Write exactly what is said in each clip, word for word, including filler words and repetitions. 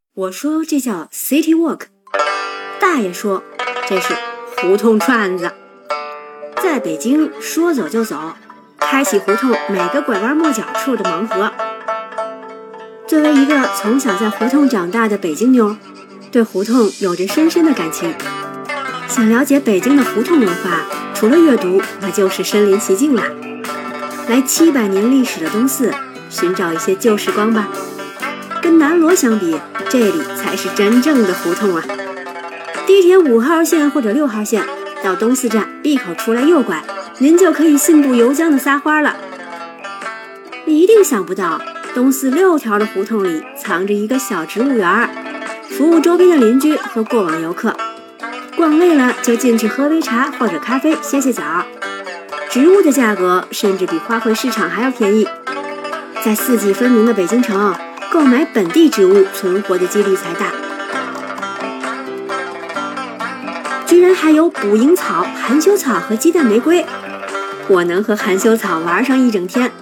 我说这叫 City Walk， 大爷说这是胡同串子。在北京说走就走，开启胡同每个拐弯抹角处的盲盒。作为一个从小在胡同长大的北京妞，对胡同有着深深的感情。想了解北京的胡同文化，除了阅读，那就是身临其境啦。来七百年历史的东四，寻找一些旧时光吧。跟南锣相比，这里才是真正的胡同啊！地铁五号线或者六号线到东四站闭口出来右拐，您就可以信步游江的撒欢了。你一定想不到，东四六条的胡同里藏着一个小植物园，服务周边的邻居和过往游客。逛累了就进去喝杯茶或者咖啡歇歇脚。植物的价格甚至比花卉市场还要便宜。在四季分明的北京城，购买本地植物存活的几率才大。居然还有捕蝇草、含羞草和鸡蛋玫瑰，我能和含羞草玩上一整天。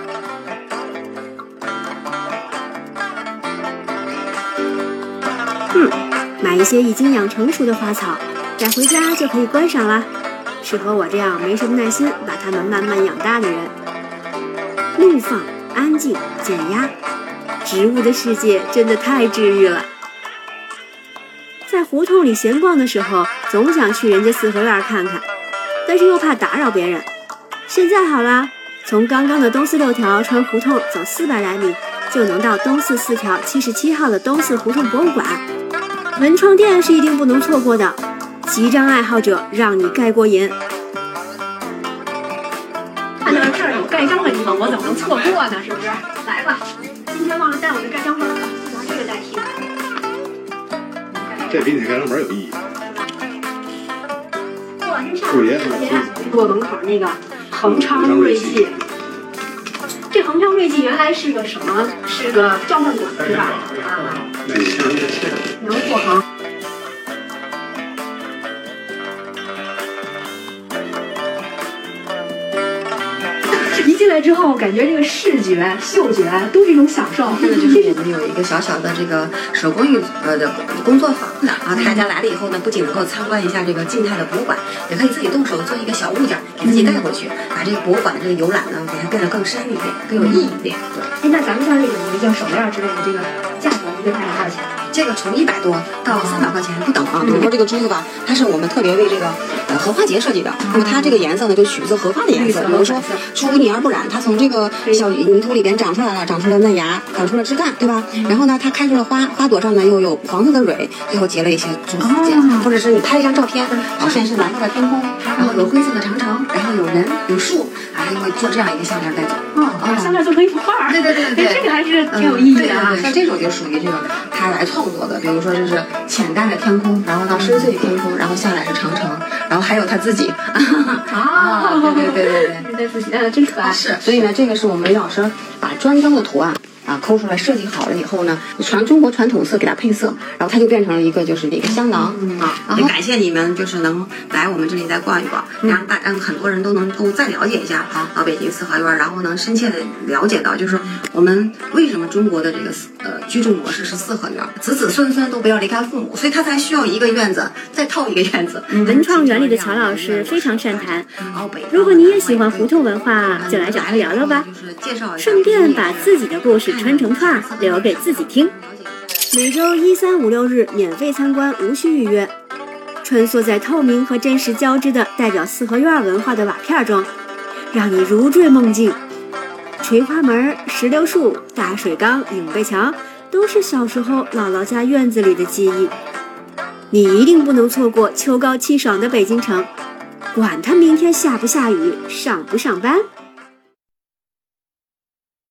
嗯，买一些已经养成熟的花草，带回家就可以观赏啦。适合我这样没什么耐心把它们慢慢养大的人。怒放、安静、减压，植物的世界真的太治愈了。在胡同里闲逛的时候，总想去人家四合院看看，但是又怕打扰别人。现在好啦，从刚刚的东四六条穿胡同走四百来米，就能到东四四条七十七号的东四胡同博物馆。文创店是一定不能错过的，集章爱好者让你盖过瘾。 看到这儿有盖章的地方，我怎么能错过呢？是不是？来吧，今天忘了带我的盖章本了，拿这个代替。 这比你盖章本有意义。 哇，真上坐门口那个恒昌瑞记，这恒昌瑞记原来是个什么？是个照相馆是吧？啊，能做行。一进来之后，感觉这个视觉、嗅觉都是一种享受。 这个就是我们有一个小小的这个手工艺呃的工作坊，然后大家来了以后呢，不仅能够参观一下这个静态的博物馆，也可以自己动手做一个小物件，给自己带回去，把这个博物馆的这个游览呢，给它变得更深一点，更有意义一点。 对。那咱们像这种一个叫手链之类的，这个价格一个大概多少钱？ 这个从一百多到三百块钱不等啊。比如说这个珠子吧，它是我们特别为这个呃荷花节设计的，那么它这个颜色呢就取自荷花的颜色，比如说出污泥而不染，它从这个小泥土里边长出来了，长出了嫩芽，长出了枝干，对吧？然后呢，它开出了花，花朵上呢又有黄色的蕊，最后结了一些珠子结。或者是你拍一张照片，啊，甚至是蓝色的天空，然后有灰色的长城，然后有人有树，啊，就会做这样一个项链带走。 哦，项链做成一幅画。对对对对，这个还是挺有意义的啊。 像这种就属于这个他来创作的，比如说这是浅淡的天空，然后到深邃的天空，然后下来是长城，然后还有他自己。啊，对对对对对， 对自己，嗯，真可爱。 是，所以呢，这个是我们老师把专章的图案啊抠出来设计好了以后呢，传中国传统色给它配色，然后它就变成了一个就是一个香囊、嗯、啊。也感谢你们就是能来我们这里再逛一逛，让大让很多人都能够再了解一下啊北京四合院，然后能深切的了解到就是我们为什么中国的这个呃居住模式是四合院，子子孙孙都不要离开父母，所以他才需要一个院子再套一个院子。 嗯、文创园里的乔老师非常善谈，如果你也喜欢胡同文化，就来找他聊聊吧，顺便把自己的故事穿成串留给自己听。每周一三五六日免费参观，无需预约。穿梭在透明和真实交织的代表四合院文化的瓦片中，让你如坠梦境。垂花门、石榴树、大水缸、影背墙，都是小时候姥姥家院子里的记忆。你一定不能错过秋高气爽的北京城，管它明天下不下雨，上不上班。